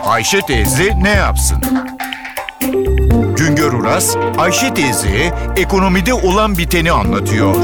Ayşe teyze ne yapsın? Güngör Uras, Ayşe teyzeye ekonomide olan biteni anlatıyor.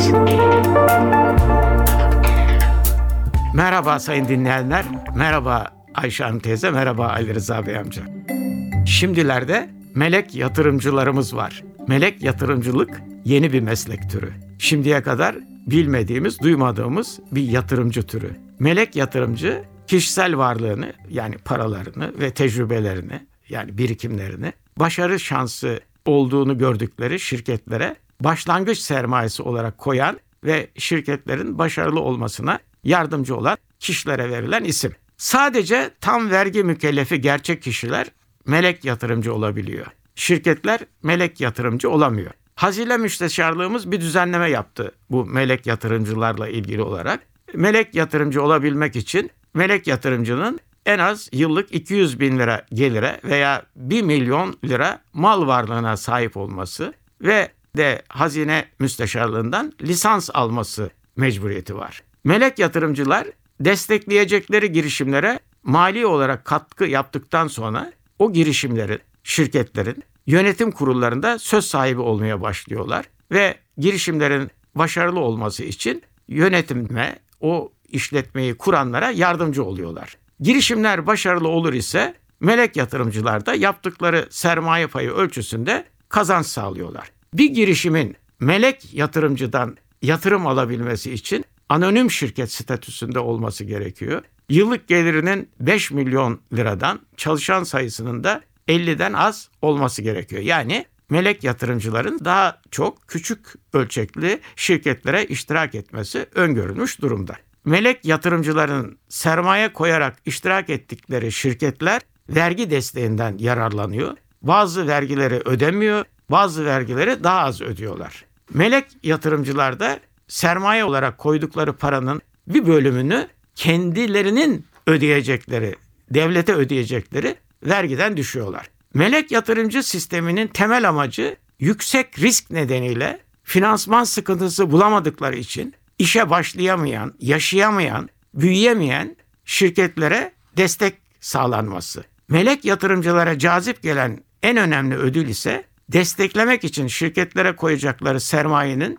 Merhaba sayın dinleyenler, merhaba Ayşe Hanım teyze, merhaba Ali Rıza Bey amca. Şimdilerde melek yatırımcılarımız var. Melek yatırımcılık yeni bir meslek türü. Şimdiye kadar bilmediğimiz, duymadığımız bir yatırımcı türü. Melek yatırımcı kişisel varlığını, yani paralarını ve tecrübelerini, yani birikimlerini, başarı şansı olduğunu gördükleri şirketlere başlangıç sermayesi olarak koyan ve şirketlerin başarılı olmasına yardımcı olan kişilere verilen isim. Sadece tam vergi mükellefi gerçek kişiler melek yatırımcı olabiliyor. Şirketler melek yatırımcı olamıyor. Hazine Müsteşarlığımız bir düzenleme yaptı bu melek yatırımcılarla ilgili olarak. Melek yatırımcı olabilmek için melek yatırımcının en az yıllık 200 bin lira gelire veya 1 milyon lira mal varlığına sahip olması ve de Hazine Müsteşarlığından lisans alması mecburiyeti var. Melek yatırımcılar destekleyecekleri girişimlere mali olarak katkı yaptıktan sonra o girişimlerin, şirketlerin yönetim kurullarında söz sahibi olmaya başlıyorlar ve girişimlerin başarılı olması için yönetime, o işletmeyi kuranlara yardımcı oluyorlar. Girişimler başarılı olur ise melek yatırımcılar da yaptıkları sermaye payı ölçüsünde kazanç sağlıyorlar. Bir girişimin melek yatırımcıdan yatırım alabilmesi için anonim şirket statüsünde olması gerekiyor. Yıllık gelirinin 5 milyon liradan, çalışan sayısının da 50'den az olması gerekiyor. Yani melek yatırımcıların daha çok küçük ölçekli şirketlere iştirak etmesi öngörülmüş durumda. Melek yatırımcıların sermaye koyarak iştirak ettikleri şirketler vergi desteğinden yararlanıyor. Bazı vergileri ödemiyor, bazı vergileri daha az ödüyorlar. Melek yatırımcılar da sermaye olarak koydukları paranın bir bölümünü kendilerinin ödeyecekleri, devlete ödeyecekleri vergiden düşüyorlar. Melek yatırımcı sisteminin temel amacı yüksek risk nedeniyle finansman sıkıntısı bulamadıkları için işe başlayamayan, yaşayamayan, büyüyemeyen şirketlere destek sağlanması. Melek yatırımcılara cazip gelen en önemli ödül ise desteklemek için şirketlere koyacakları sermayenin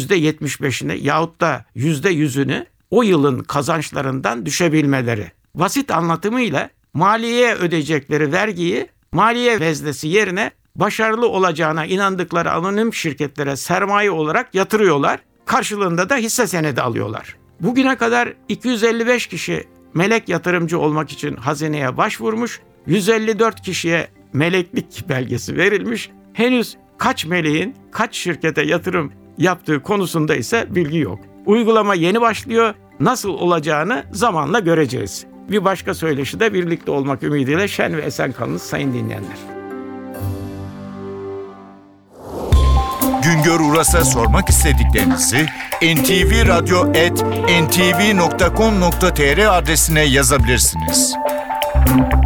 %75'ini yahut da %100'ünü o yılın kazançlarından düşebilmeleri. Basit anlatımıyla maliyeye ödeyecekleri vergiyi maliye veznesi yerine başarılı olacağına inandıkları anonim şirketlere sermaye olarak yatırıyorlar. Karşılığında da hisse senedi alıyorlar. Bugüne kadar 255 kişi melek yatırımcı olmak için hazineye başvurmuş. 154 kişiye meleklik belgesi verilmiş. Henüz kaç meleğin kaç şirkete yatırım yaptığı konusunda ise bilgi yok. Uygulama yeni başlıyor. Nasıl olacağını zamanla göreceğiz. Bir başka söyleşide birlikte olmak ümidiyle şen ve esen kalınız sayın dinleyenler. Güngör Uras'a sormak istediklerinizi ntvradyo@ntv.com.tr adresine yazabilirsiniz.